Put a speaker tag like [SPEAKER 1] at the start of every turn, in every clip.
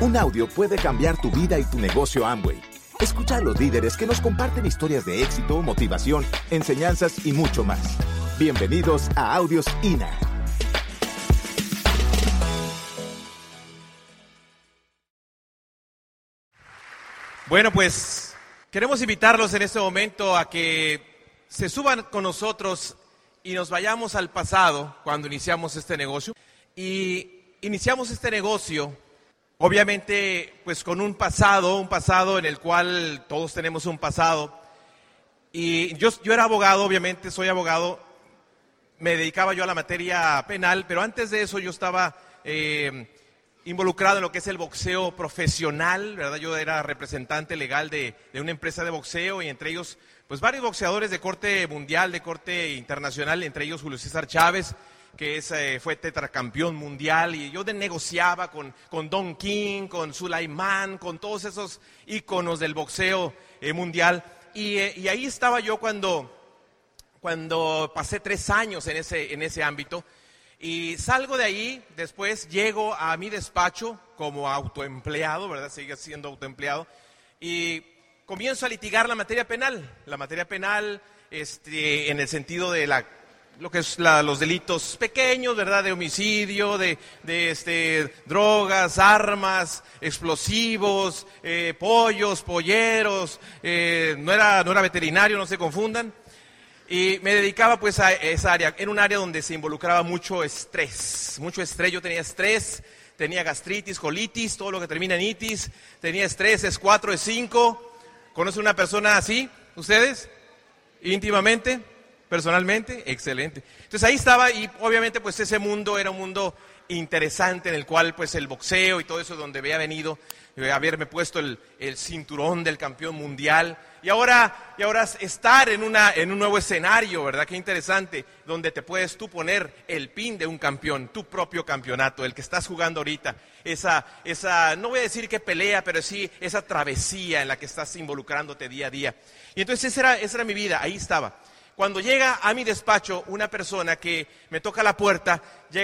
[SPEAKER 1] Un audio puede cambiar tu vida y tu negocio Amway. Escucha a los líderes que nos comparten historias de éxito, motivación, enseñanzas y mucho más. Bienvenidos a Audios INA.
[SPEAKER 2] Bueno, pues queremos invitarlos en este momento a que se suban con nosotros y nos vayamos al pasado cuando iniciamos este negocio. Y iniciamos este negocio, obviamente, pues con un pasado en el cual todos tenemos un pasado. Y yo era abogado, obviamente, soy abogado, me dedicaba yo a la materia penal, pero antes de eso yo estaba involucrado en lo que es el boxeo profesional, ¿verdad? Yo era representante legal de una empresa de boxeo y entre ellos, pues varios boxeadores de corte mundial, de corte internacional, entre ellos Julio César Chávez, que fue tetracampeón mundial, y yo negociaba con Don King, con Sulaimán, con todos esos íconos del boxeo mundial, y ahí estaba yo cuando pasé 3 años en ese ámbito, y salgo de ahí, después llego a mi despacho como autoempleado, ¿verdad? Sigue siendo autoempleado, y comienzo a litigar la materia penal en el sentido de lo que es los delitos pequeños, ¿verdad? De homicidio, de drogas, armas, explosivos, polleros, no era veterinario, no se confundan. Y me dedicaba pues a esa área, en un área donde se involucraba mucho estrés. Yo tenía estrés, tenía gastritis, colitis, todo lo que termina en itis, tenía estrés, es 4, es 5. ¿Conoce una persona así, ustedes? ¿Íntimamente? ¿Personalmente? Excelente. Entonces ahí estaba y obviamente pues ese mundo era un mundo interesante en el cual pues el boxeo y todo eso donde había venido, haberme puesto el cinturón del campeón mundial y ahora estar en un nuevo escenario, ¿verdad? Qué interesante, donde te puedes tú poner el pin de un campeón, tu propio campeonato, el que estás jugando ahorita, esa no voy a decir que pelea, pero sí esa travesía en la que estás involucrándote día a día. Y entonces esa era mi vida, ahí estaba. Cuando llega a mi despacho una persona que me toca la puerta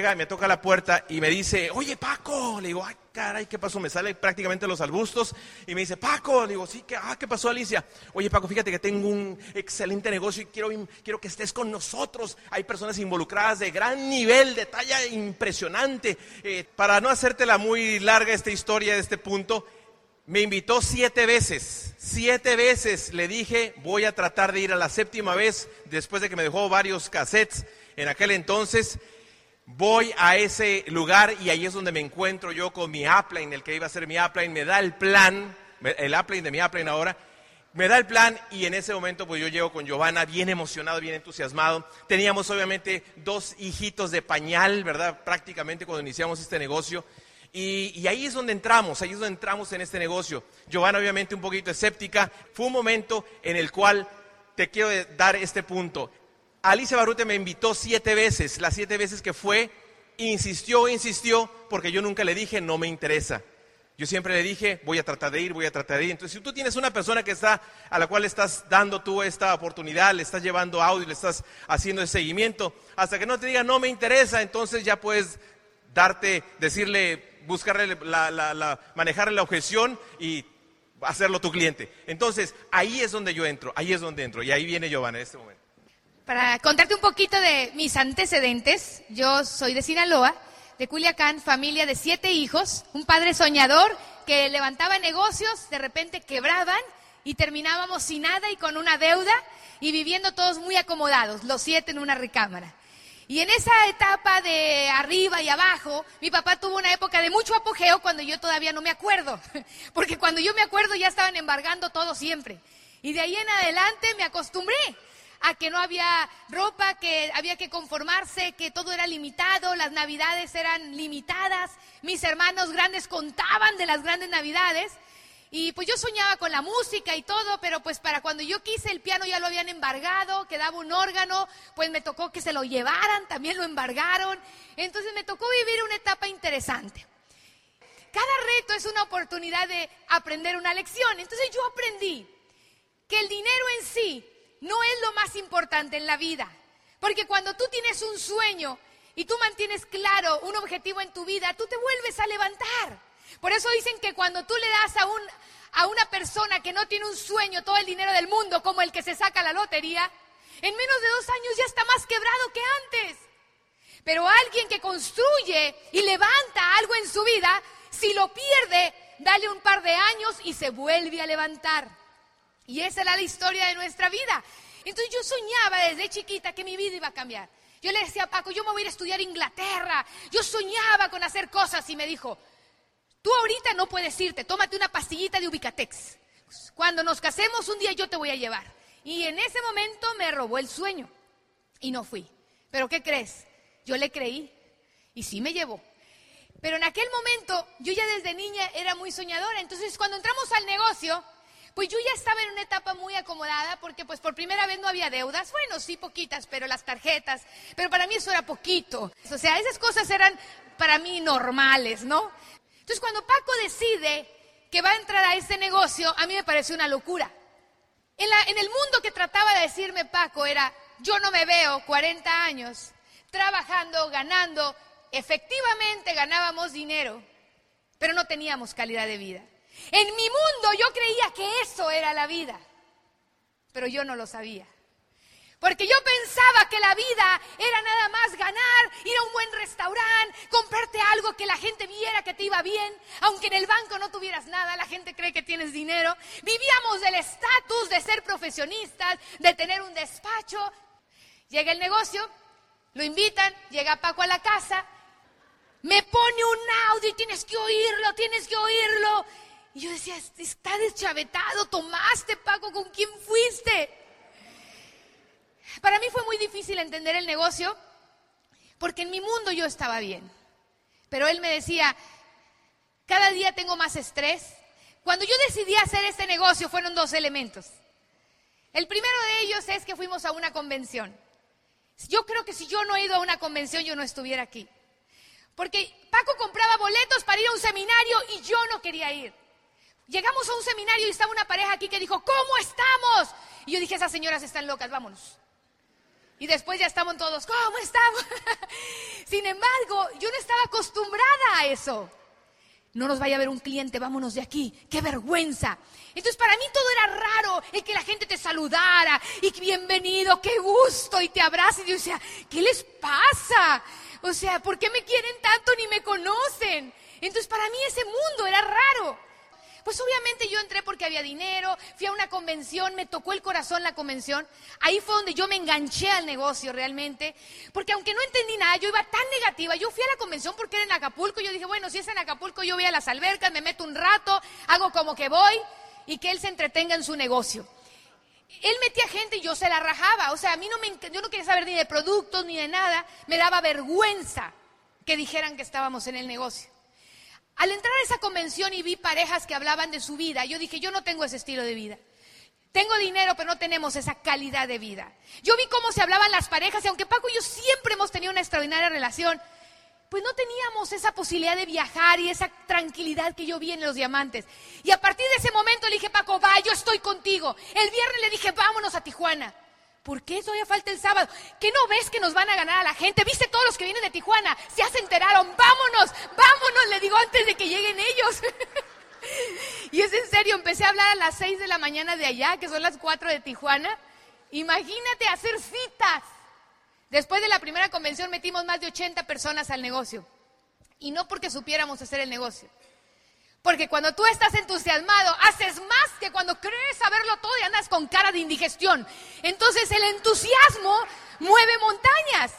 [SPEAKER 2] y me dice, oye Paco, le digo, ay caray, ¿qué pasó? Me sale prácticamente los arbustos y me dice, Paco, le digo, sí, ¿qué pasó Alicia? Oye Paco, fíjate que tengo un excelente negocio y quiero que estés con nosotros, hay personas involucradas de gran nivel, de talla impresionante, para no hacértela muy larga esta historia de este punto, me invitó 7 veces, 7 veces le dije, voy a tratar de ir a la 7ª vez, después de que me dejó varios cassettes en aquel entonces, voy a ese lugar y ahí es donde me encuentro yo con mi upline, el que iba a ser mi upline, me da el plan, el upline de mi upline ahora, me da el plan y en ese momento pues yo llego con Giovanna bien emocionado, bien entusiasmado, teníamos obviamente 2 hijitos de pañal, ¿verdad? Prácticamente cuando iniciamos este negocio. Y ahí es donde entramos en este negocio. Giovanna obviamente un poquito escéptica. Fue un momento en el cual te quiero dar este punto. Alicia Barrute me invitó 7 veces. Las 7 veces que fue, insistió, porque yo nunca le dije, no me interesa. Yo siempre le dije, voy a tratar de ir. Entonces, si tú tienes una persona a la cual le estás dando tú esta oportunidad, le estás llevando audio, le estás haciendo el seguimiento, hasta que no te diga, no me interesa, entonces ya puedes buscarle manejarle la objeción y hacerlo tu cliente. Entonces, ahí es donde yo entro, y ahí viene Giovanna en este momento.
[SPEAKER 3] Para contarte un poquito de mis antecedentes, yo soy de Sinaloa, de Culiacán, familia de 7 hijos, un padre soñador que levantaba negocios, de repente quebraban y terminábamos sin nada y con una deuda y viviendo todos muy acomodados, los 7 en una recámara. Y en esa etapa de arriba y abajo, mi papá tuvo una época de mucho apogeo cuando yo todavía no me acuerdo. Porque cuando yo me acuerdo ya estaban embargando todo siempre. Y de ahí en adelante me acostumbré a que no había ropa, que había que conformarse, que todo era limitado, las navidades eran limitadas. Mis hermanos grandes contaban de las grandes navidades. Y pues yo soñaba con la música y todo, pero pues para cuando yo quise el piano ya lo habían embargado, quedaba un órgano, pues me tocó que se lo llevaran, también lo embargaron. Entonces me tocó vivir una etapa interesante. Cada reto es una oportunidad de aprender una lección. Entonces yo aprendí que el dinero en sí no es lo más importante en la vida. Porque cuando tú tienes un sueño y tú mantienes claro un objetivo en tu vida, tú te vuelves a levantar. Por eso dicen que cuando tú le das a una persona que no tiene un sueño todo el dinero del mundo, como el que se saca la lotería, en menos de 2 años ya está más quebrado que antes. Pero alguien que construye y levanta algo en su vida, si lo pierde, dale un par de años y se vuelve a levantar. Y esa era la historia de nuestra vida. Entonces yo soñaba desde chiquita que mi vida iba a cambiar. Yo le decía a Paco, yo me voy a ir a estudiar a Inglaterra. Yo soñaba con hacer cosas y me dijo, tú ahorita no puedes irte, tómate una pastillita de Ubicatex. Cuando nos casemos un día yo te voy a llevar. Y en ese momento me robó el sueño y no fui. ¿Pero qué crees? Yo le creí y sí me llevó. Pero en aquel momento yo ya desde niña era muy soñadora. Entonces cuando entramos al negocio, pues yo ya estaba en una etapa muy acomodada porque pues por primera vez no había deudas. Bueno, sí, poquitas, pero las tarjetas. Pero para mí eso era poquito. O sea, esas cosas eran para mí normales, ¿no? Entonces cuando Paco decide que va a entrar a este negocio, a mí me pareció una locura. En el mundo que trataba de decirme Paco era, yo no me veo 40 años trabajando, ganando. Efectivamente ganábamos dinero, pero no teníamos calidad de vida. En mi mundo yo creía que eso era la vida, pero yo no lo sabía. Porque yo pensaba que la vida era nada más ganar, ir a un buen restaurante, comprarte algo que la gente viera que te iba bien, aunque en el banco no tuvieras nada, la gente cree que tienes dinero. Vivíamos del estatus de ser profesionistas, de tener un despacho. Llega el negocio, lo invitan, llega Paco a la casa, me pone un audio y tienes que oírlo. Y yo decía, está deschavetado, tomaste, Paco, ¿con quién fuiste? Para mí fue muy difícil entender el negocio, porque en mi mundo yo estaba bien. Pero él me decía, cada día tengo más estrés. Cuando yo decidí hacer este negocio fueron 2 elementos. El primero de ellos es que fuimos a una convención. Yo creo que si yo no he ido a una convención, yo no estuviera aquí. Porque Paco compraba boletos para ir a un seminario y yo no quería ir. Llegamos a un seminario y estaba una pareja aquí que dijo, ¿cómo estamos? Y yo dije, esas señoras están locas, vámonos. Y después ya estaban todos, ¿cómo estamos? Sin embargo, yo no estaba acostumbrada a eso. No nos vaya a ver un cliente, vámonos de aquí, qué vergüenza. Entonces para mí todo era raro, el que la gente te saludara y bienvenido, qué gusto, y te abraza. Y yo decía, ¿qué les pasa? O sea, ¿por qué me quieren tanto ni me conocen? Entonces para mí ese mundo era raro. Pues obviamente yo entré porque había dinero, fui a una convención, me tocó el corazón la convención. Ahí fue donde yo me enganché al negocio realmente. Porque aunque no entendí nada, yo iba tan negativa. Yo fui a la convención porque era en Acapulco. Yo dije, bueno, si es en Acapulco, yo voy a las albercas, me meto un rato, hago como que voy y que él se entretenga en su negocio. Él metía gente y yo se la rajaba. O sea, a mí yo no quería saber ni de productos ni de nada. Me daba vergüenza que dijeran que estábamos en el negocio. Al entrar a esa convención y vi parejas que hablaban de su vida, yo dije, yo no tengo ese estilo de vida. Tengo dinero, pero no tenemos esa calidad de vida. Yo vi cómo se hablaban las parejas, y aunque Paco y yo siempre hemos tenido una extraordinaria relación, pues no teníamos esa posibilidad de viajar y esa tranquilidad que yo vi en los diamantes. Y a partir de ese momento le dije, Paco, va, yo estoy contigo. El viernes le dije, vámonos a Tijuana. ¿Por qué todavía falta el sábado? ¿Qué no ves que nos van a ganar a la gente? ¿Viste todos los que vienen de Tijuana? Ya se enteraron, vámonos, le digo antes de que lleguen ellos. Y es en serio, empecé a hablar a las 6 de la mañana de allá, que son las 4 de Tijuana. Imagínate hacer citas. Después de la primera convención metimos más de 80 personas al negocio. Y no porque supiéramos hacer el negocio. Porque cuando tú estás entusiasmado, haces más que cuando crees saberlo todo y andas con cara de indigestión. Entonces el entusiasmo mueve montañas.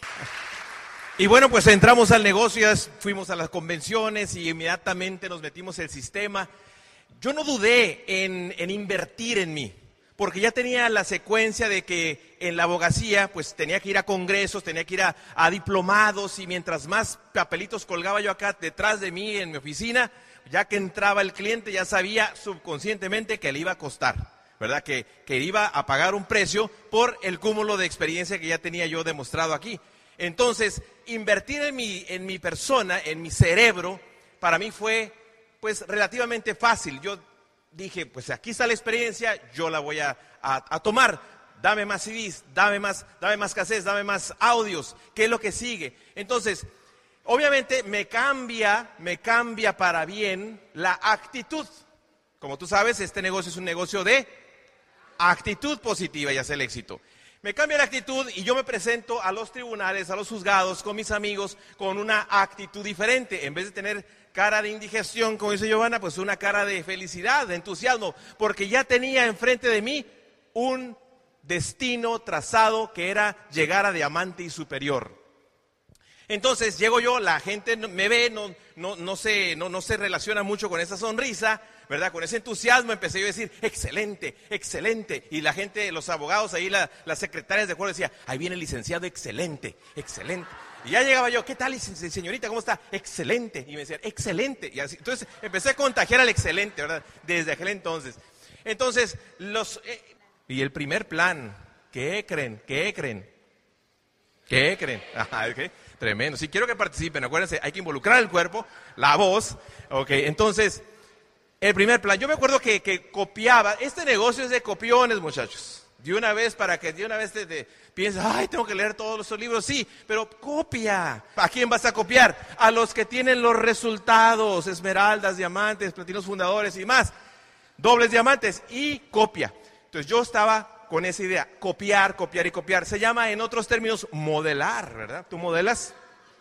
[SPEAKER 2] Y bueno, pues entramos al negocio, fuimos a las convenciones y inmediatamente nos metimos en el sistema. Yo no dudé en invertir en mí, porque ya tenía la secuencia de que en la abogacía pues tenía que ir a congresos, tenía que ir a diplomados, y mientras más papelitos colgaba yo acá detrás de mí en mi oficina, ya que entraba el cliente ya sabía subconscientemente que le iba a costar, ¿verdad? Que iba a pagar un precio por el cúmulo de experiencia que ya tenía yo demostrado aquí. Entonces, invertir en mi persona, en mi cerebro, para mí fue pues relativamente fácil. Yo dije, pues aquí está la experiencia, yo la voy a tomar. Dame más CDs, dame más cassettes, dame más audios. ¿Qué es lo que sigue? Entonces, Obviamente me cambia para bien la actitud. Como tú sabes, este negocio es un negocio de actitud positiva y hacer el éxito. Me cambia la actitud y yo me presento a los tribunales, a los juzgados, con mis amigos, con una actitud diferente. En vez de tener cara de indigestión, como dice Giovanna, pues una cara de felicidad, de entusiasmo, porque ya tenía enfrente de mí un destino trazado que era llegar a diamante y superior. Entonces llego yo, la gente me ve, no se relaciona mucho con esa sonrisa, ¿verdad? Con ese entusiasmo empecé yo a decir, excelente, excelente. Y la gente, los abogados ahí, las secretarias de acuerdo decía, ahí viene el licenciado, excelente, excelente. Y ya llegaba yo, ¿qué tal, señorita? ¿Cómo está? Excelente. Y me decían, excelente. Y así, entonces empecé a contagiar al excelente, ¿verdad? Desde aquel entonces. Entonces, y el primer plan, ¿qué creen? Ajá, okay. Tremendo. Si quiero que participen, acuérdense, hay que involucrar el cuerpo, la voz. Ok, entonces, el primer plan. Yo me acuerdo que copiaba. Este negocio es de copiones, muchachos. De una vez, para que de una vez te pienses, ay, tengo que leer todos los libros. Sí, pero copia. ¿A quién vas a copiar? A los que tienen los resultados. Esmeraldas, diamantes, platinos fundadores y más. Dobles diamantes y copia. Entonces yo estaba con esa idea, copiar y copiar. Se llama en otros términos modelar, ¿verdad? Tú modelas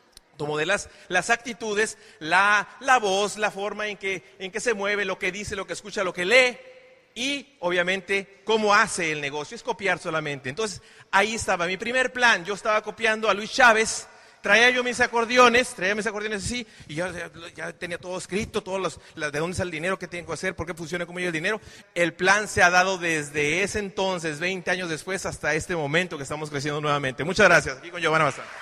[SPEAKER 2] las actitudes, la voz, la forma en que se mueve, lo que dice, lo que escucha, lo que lee y obviamente cómo hace el negocio. Es copiar solamente. Entonces ahí estaba mi primer plan. Yo estaba copiando a Luis Chávez. Traía mis acordeones así, y ya tenía todo escrito, de dónde sale el dinero, qué tengo que hacer, por qué funciona, cómo llega el dinero. El plan se ha dado desde ese entonces, 20 años después, hasta este momento que estamos creciendo nuevamente. Muchas gracias. Aquí con Giovanna Bazán.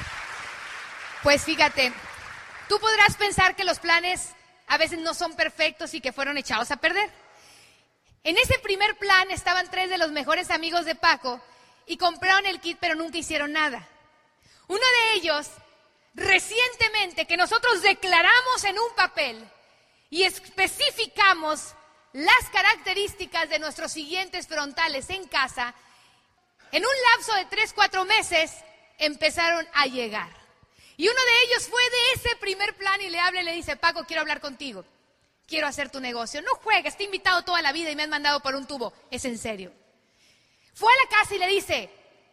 [SPEAKER 3] Pues fíjate, tú podrás pensar que los planes a veces no son perfectos y que fueron echados a perder. En ese primer plan estaban 3 de los mejores amigos de Paco y compraron el kit, pero nunca hicieron nada. Uno de ellos, recientemente, que nosotros declaramos en un papel y especificamos las características de nuestros siguientes frontales en casa, en un lapso de 3-4 meses empezaron a llegar. Y uno de ellos fue de ese primer plan y le habla y le dice, Paco, quiero hablar contigo, quiero hacer tu negocio. No juegues, te he invitado toda la vida y me han mandado por un tubo, es en serio. Fue a la casa y le dice,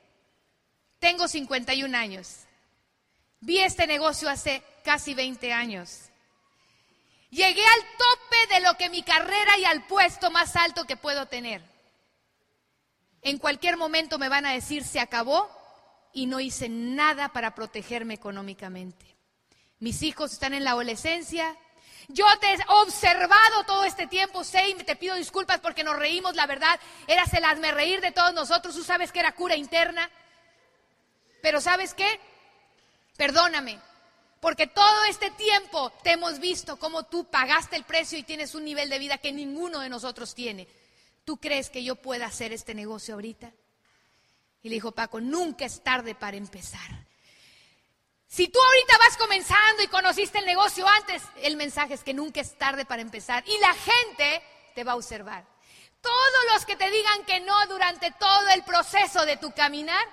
[SPEAKER 3] tengo 51 años. Vi este negocio hace casi 20 años. Llegué al tope de lo que mi carrera y al puesto más alto que puedo tener. En cualquier momento me van a decir se acabó y no hice nada para protegerme económicamente. Mis hijos están en la adolescencia. Yo te he observado todo este tiempo, sé y te pido disculpas porque nos reímos, la verdad, eras el hazmerreír de todos nosotros, tú sabes que era cura interna. Pero ¿sabes qué? Perdóname, porque todo este tiempo te hemos visto cómo tú pagaste el precio y tienes un nivel de vida que ninguno de nosotros tiene. ¿Tú crees que yo pueda hacer este negocio ahorita? Y le dijo Paco, nunca es tarde para empezar. Si tú ahorita vas comenzando y conociste el negocio antes, el mensaje es que nunca es tarde para empezar. Y la gente te va a observar. Todos los que te digan que no durante todo el proceso de tu caminar,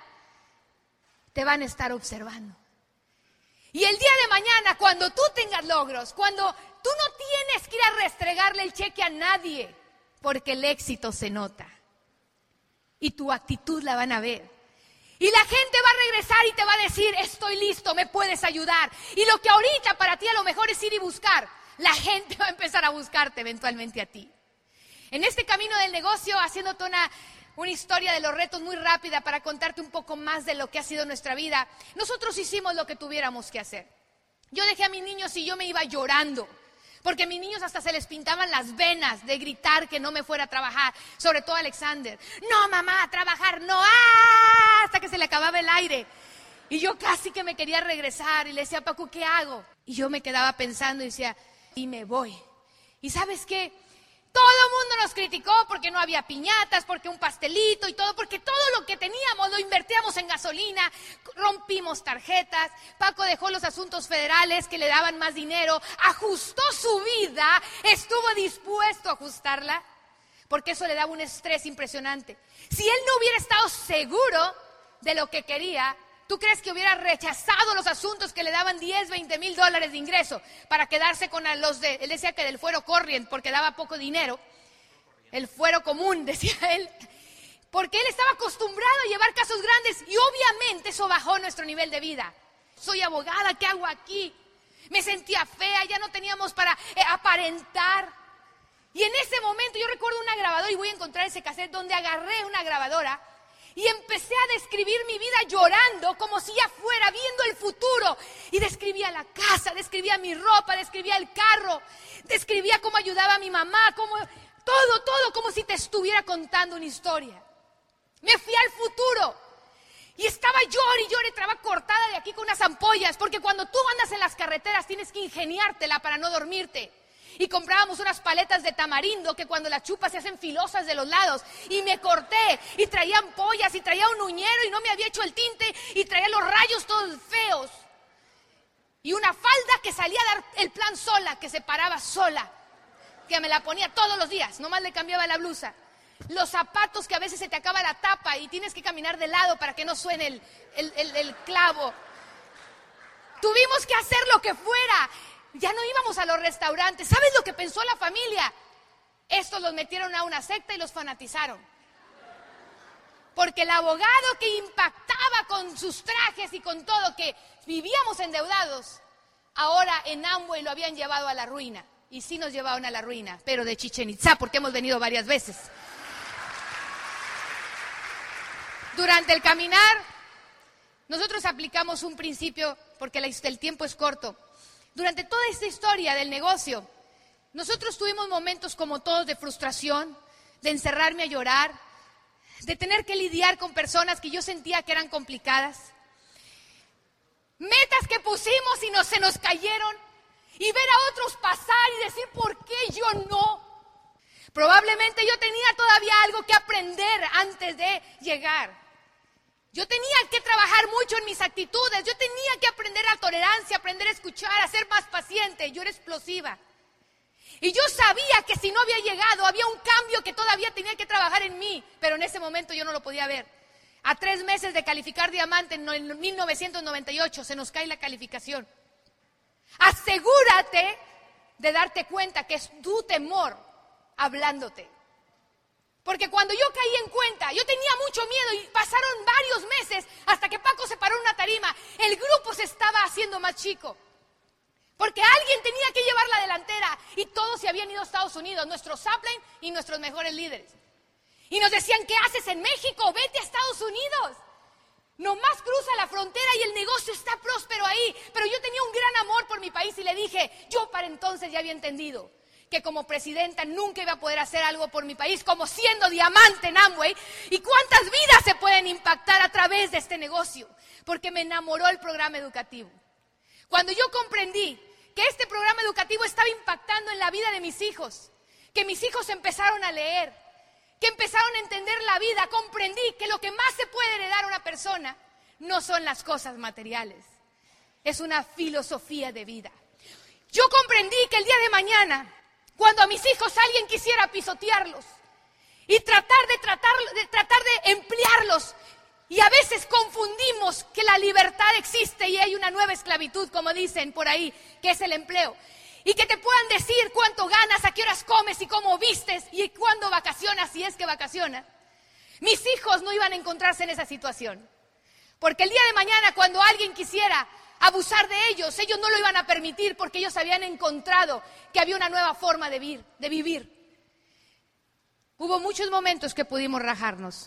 [SPEAKER 3] te van a estar observando. Y el día de mañana, cuando tú tengas logros, cuando tú no tienes que ir a restregarle el cheque a nadie, porque el éxito se nota. Y tu actitud la van a ver. Y la gente va a regresar y te va a decir, estoy listo, me puedes ayudar. Y lo que ahorita para ti a lo mejor es ir y buscar, la gente va a empezar a buscarte eventualmente a ti. En este camino del negocio, haciéndote una historia de los retos muy rápida para contarte un poco más de lo que ha sido nuestra vida. Nosotros hicimos lo que tuviéramos que hacer. Yo dejé a mis niños y yo me iba llorando, porque a mis niños hasta se les pintaban las venas de gritar que no me fuera a trabajar, sobre todo Alexander. No, mamá, a trabajar, no, hasta que se le acababa el aire. Y yo casi que me quería regresar y le decía, Paco, ¿qué hago? Y yo me quedaba pensando y decía, y me voy. ¿Y sabes qué? Todo el mundo nos criticó porque no había piñatas, porque un pastelito y todo, porque todo lo que teníamos lo invertíamos en gasolina, rompimos tarjetas, Paco dejó los asuntos federales que le daban más dinero, ajustó su vida, estuvo dispuesto a ajustarla, porque eso le daba un estrés impresionante. Si él no hubiera estado seguro de lo que quería, ¿Tú crees que hubiera rechazado los asuntos que le daban 10, 20 mil dólares de ingreso para quedarse con los de, él decía que del fuero corrient porque daba poco dinero, el fuero común, decía él, porque él estaba acostumbrado a llevar casos grandes y obviamente eso bajó nuestro nivel de vida. Soy abogada, ¿qué hago aquí? Me sentía fea, ya no teníamos para aparentar. Y en ese momento yo recuerdo una grabadora, y voy a encontrar ese cassette donde agarré una grabadora y empecé a describir mi vida llorando como si ya fuera viendo el futuro. Y describía la casa, describía mi ropa, describía el carro, describía cómo ayudaba a mi mamá, todo como si te estuviera contando una historia. Me fui al futuro y estaba llore, estaba cortada de aquí con unas ampollas, porque cuando tú andas en las carreteras tienes que ingeniártela para no dormirte. Y comprábamos unas paletas de tamarindo que cuando las chupas se hacen filosas de los lados. Y me corté y traía ampollas y traía un uñero y no me había hecho el tinte y traía los rayos todos feos. Y una falda que salía a dar el plan sola, que se paraba sola, que me la ponía todos los días, nomás le cambiaba la blusa. Los zapatos que a veces se te acaba la tapa y tienes que caminar de lado para que no suene el clavo. Tuvimos que hacer lo que fuera. Ya no íbamos a los restaurantes. ¿Sabes lo que pensó la familia? Estos los metieron a una secta y los fanatizaron. Porque el abogado que impactaba con sus trajes y con todo, que vivíamos endeudados, ahora en Amway lo habían llevado a la ruina. Y sí nos llevaron a la ruina, pero de Chichén Itzá, porque hemos venido varias veces. Durante el caminar, nosotros aplicamos un principio, porque el tiempo es corto. Durante toda esta historia del negocio, nosotros tuvimos momentos como todos de frustración, de encerrarme a llorar, de tener que lidiar con personas que yo sentía que eran complicadas. Metas que pusimos y se nos cayeron, y ver a otros pasar y decir, ¿por qué yo no? Probablemente yo tenía todavía algo que aprender antes de llegar. Yo tenía que trabajar mucho en mis actitudes, yo tenía que aprender a tolerancia, aprender a escuchar, a ser más paciente. Yo era explosiva. Y yo sabía que si no había llegado, había un cambio que todavía tenía que trabajar en mí, pero en ese momento yo no lo podía ver. A 3 meses de calificar diamante en 1998 se nos cae la calificación. Asegúrate de darte cuenta que es tu temor hablándote. Porque cuando yo caí en cuenta, yo tenía mucho miedo y pasaron varios meses hasta que Paco se paró en una tarima. El grupo se estaba haciendo más chico. Porque alguien tenía que llevar la delantera y todos se habían ido a Estados Unidos, nuestros upline y nuestros mejores líderes. Y nos decían, ¿qué haces en México? Vete a Estados Unidos. Nomás cruza la frontera y el negocio está próspero ahí. Pero yo tenía un gran amor por mi país y le dije, yo para entonces ya había entendido que como presidenta nunca iba a poder hacer algo por mi país, como siendo diamante en Amway. ¿Y cuántas vidas se pueden impactar a través de este negocio? Porque me enamoró el programa educativo. Cuando yo comprendí que este programa educativo estaba impactando en la vida de mis hijos, que mis hijos empezaron a leer, que empezaron a entender la vida, comprendí que lo que más se puede heredar a una persona no son las cosas materiales, es una filosofía de vida. Yo comprendí que el día de mañana, cuando a mis hijos alguien quisiera pisotearlos y tratar de emplearlos, y a veces confundimos que la libertad existe y hay una nueva esclavitud, como dicen por ahí, que es el empleo. Y que te puedan decir cuánto ganas, a qué horas comes y cómo vistes y cuándo vacacionas, si es que vacacionas. Mis hijos no iban a encontrarse en esa situación. Porque el día de mañana, cuando alguien quisiera abusar de ellos no lo iban a permitir porque ellos habían encontrado que había una nueva forma de vivir. Hubo muchos momentos que pudimos rajarnos.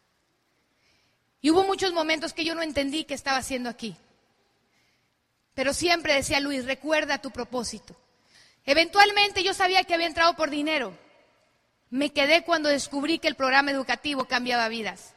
[SPEAKER 3] Y hubo muchos momentos que yo no entendí qué estaba haciendo aquí. Pero siempre decía Luis, recuerda tu propósito. Eventualmente yo sabía que había entrado por dinero. Me quedé cuando descubrí que el programa educativo cambiaba vidas.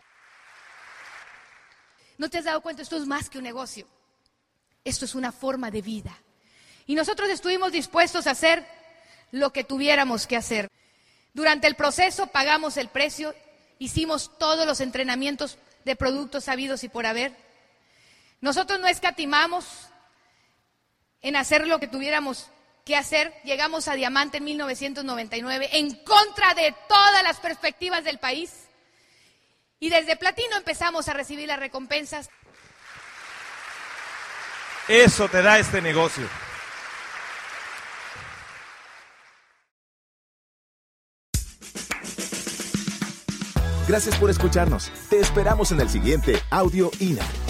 [SPEAKER 3] ¿No te has dado cuenta? Esto es más que un negocio. Esto es una forma de vida. Y nosotros estuvimos dispuestos a hacer lo que tuviéramos que hacer. Durante el proceso pagamos el precio, hicimos todos los entrenamientos de productos sabidos y por haber. Nosotros no escatimamos en hacer lo que tuviéramos que hacer. Llegamos a diamante en 1999 en contra de todas las perspectivas del país. Y desde platino empezamos a recibir las recompensas.
[SPEAKER 2] Eso te da este negocio.
[SPEAKER 1] Gracias por escucharnos. Te esperamos en el siguiente Audio INA.